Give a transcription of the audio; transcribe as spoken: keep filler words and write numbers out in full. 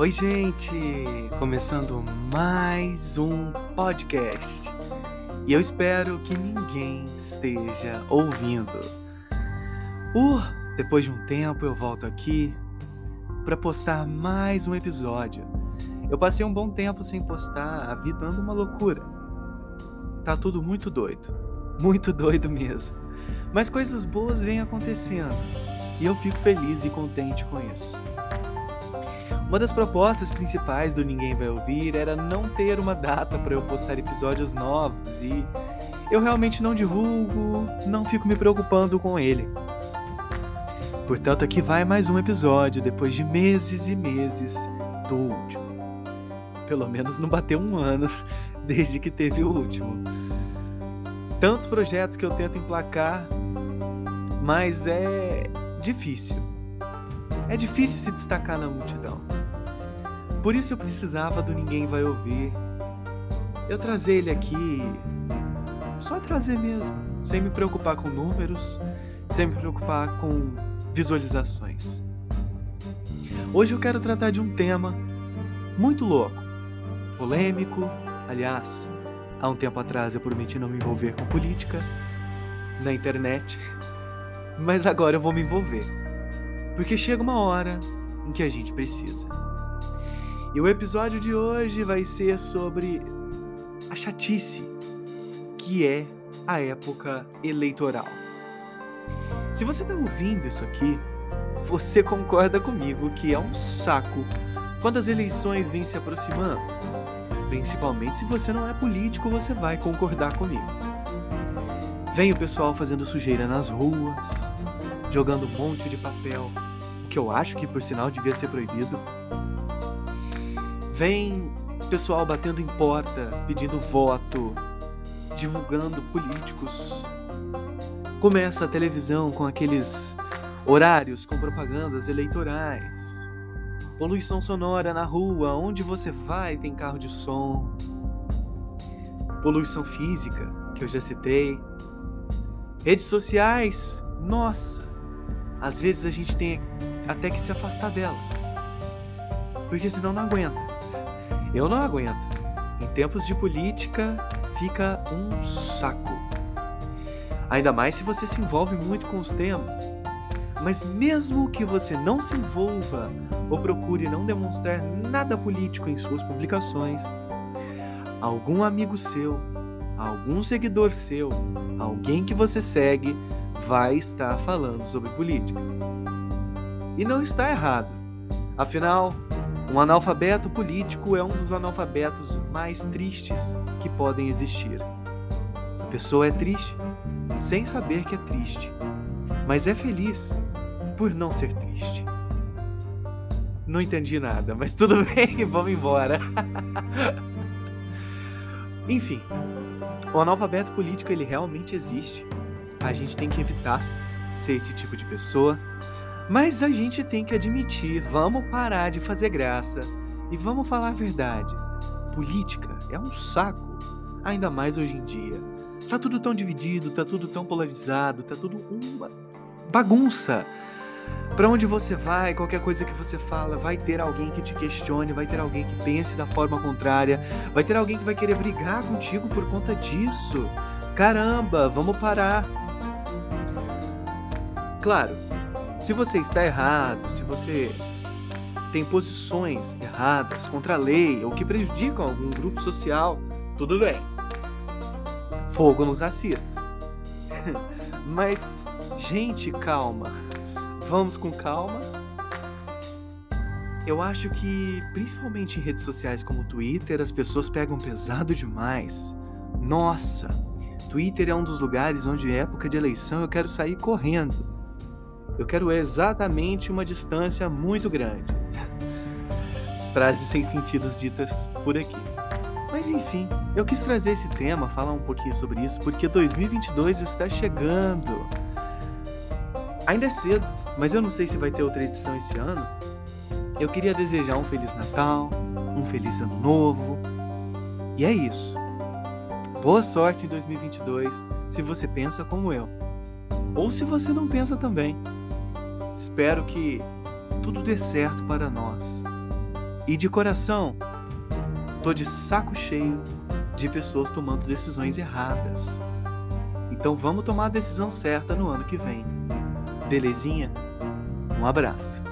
Oi, gente! Começando mais um podcast. E eu espero que ninguém esteja ouvindo. Uh, depois de um tempo eu volto aqui para postar mais um episódio. Eu passei um bom tempo sem postar, a vida anda uma loucura. Tá tudo muito doido, muito doido mesmo. Mas coisas boas vêm acontecendo e eu fico feliz e contente com isso. Uma das propostas principais do Ninguém Vai Ouvir era não ter uma data para eu postar episódios novos e eu realmente não divulgo, não fico me preocupando com ele. Portanto, aqui vai mais um episódio depois de meses e meses do último. Pelo menos não bateu um ano desde que teve o último. Tantos projetos que eu tento emplacar, mas é difícil. É difícil se destacar na multidão. Por isso eu precisava do Ninguém Vai Ouvir. Eu trazer ele aqui, só trazer mesmo, sem me preocupar com números, sem me preocupar com visualizações. Hoje eu quero tratar de um tema muito louco, polêmico. Aliás, há um tempo atrás eu prometi não me envolver com política na internet, mas agora eu vou me envolver, porque chega uma hora em que a gente precisa. E o episódio de hoje vai ser sobre a chatice que é a época eleitoral. Se você está ouvindo isso aqui, você concorda comigo que é um saco quando as eleições vêm se aproximando. Principalmente se você não é político, você vai concordar comigo. Vem o pessoal fazendo sujeira nas ruas, jogando um monte de papel, o que eu acho que por sinal devia ser proibido. Vem pessoal batendo em porta, pedindo voto, divulgando políticos. Começa a televisão com aqueles horários com propagandas eleitorais. Poluição sonora na rua, onde você vai tem carro de som. Poluição física, que eu já citei. Redes sociais, nossa, às vezes a gente tem até que se afastar delas, porque senão não aguenta. Eu não aguento. Em tempos de política, fica um saco. Ainda mais se você se envolve muito com os temas. Mas mesmo que você não se envolva ou procure não demonstrar nada político em suas publicações, algum amigo seu, algum seguidor seu, alguém que você segue, vai estar falando sobre política. E não está errado. Afinal, um analfabeto político é um dos analfabetos mais tristes que podem existir. A pessoa é triste sem saber que é triste, mas é feliz por não ser triste. Não entendi nada, mas tudo bem, vamos embora. Enfim, o analfabeto político ele realmente existe. A gente tem que evitar ser esse tipo de pessoa. Mas a gente tem que admitir, vamos parar de fazer graça e vamos falar a verdade. Política é um saco, ainda mais hoje em dia. Tá tudo tão dividido, tá tudo tão polarizado, tá tudo uma bagunça. Pra onde você vai, qualquer coisa que você fala, vai ter alguém que te questione, vai ter alguém que pense da forma contrária, vai ter alguém que vai querer brigar contigo por conta disso. Caramba, vamos parar. Claro, se você está errado, se você tem posições erradas contra a lei ou que prejudicam algum grupo social, tudo bem. Fogo nos racistas. Mas, gente, calma. Vamos com calma. Eu acho que, principalmente em redes sociais como o Twitter, as pessoas pegam pesado demais. Nossa, Twitter é um dos lugares onde, em época de eleição, eu quero sair correndo. Eu quero exatamente uma distância muito grande. Frases sem sentidos ditas por aqui. Mas enfim, eu quis trazer esse tema, falar um pouquinho sobre isso, porque dois mil e vinte e dois está chegando. Ainda é cedo, mas eu não sei se vai ter outra edição esse ano. Eu queria desejar um Feliz Natal, um Feliz Ano Novo. E é isso. Boa sorte em dois mil e vinte e dois, se você pensa como eu. Ou se você não pensa também. Espero que tudo dê certo para nós. E de coração, tô de saco cheio de pessoas tomando decisões erradas. Então vamos tomar a decisão certa no ano que vem. Belezinha? Um abraço.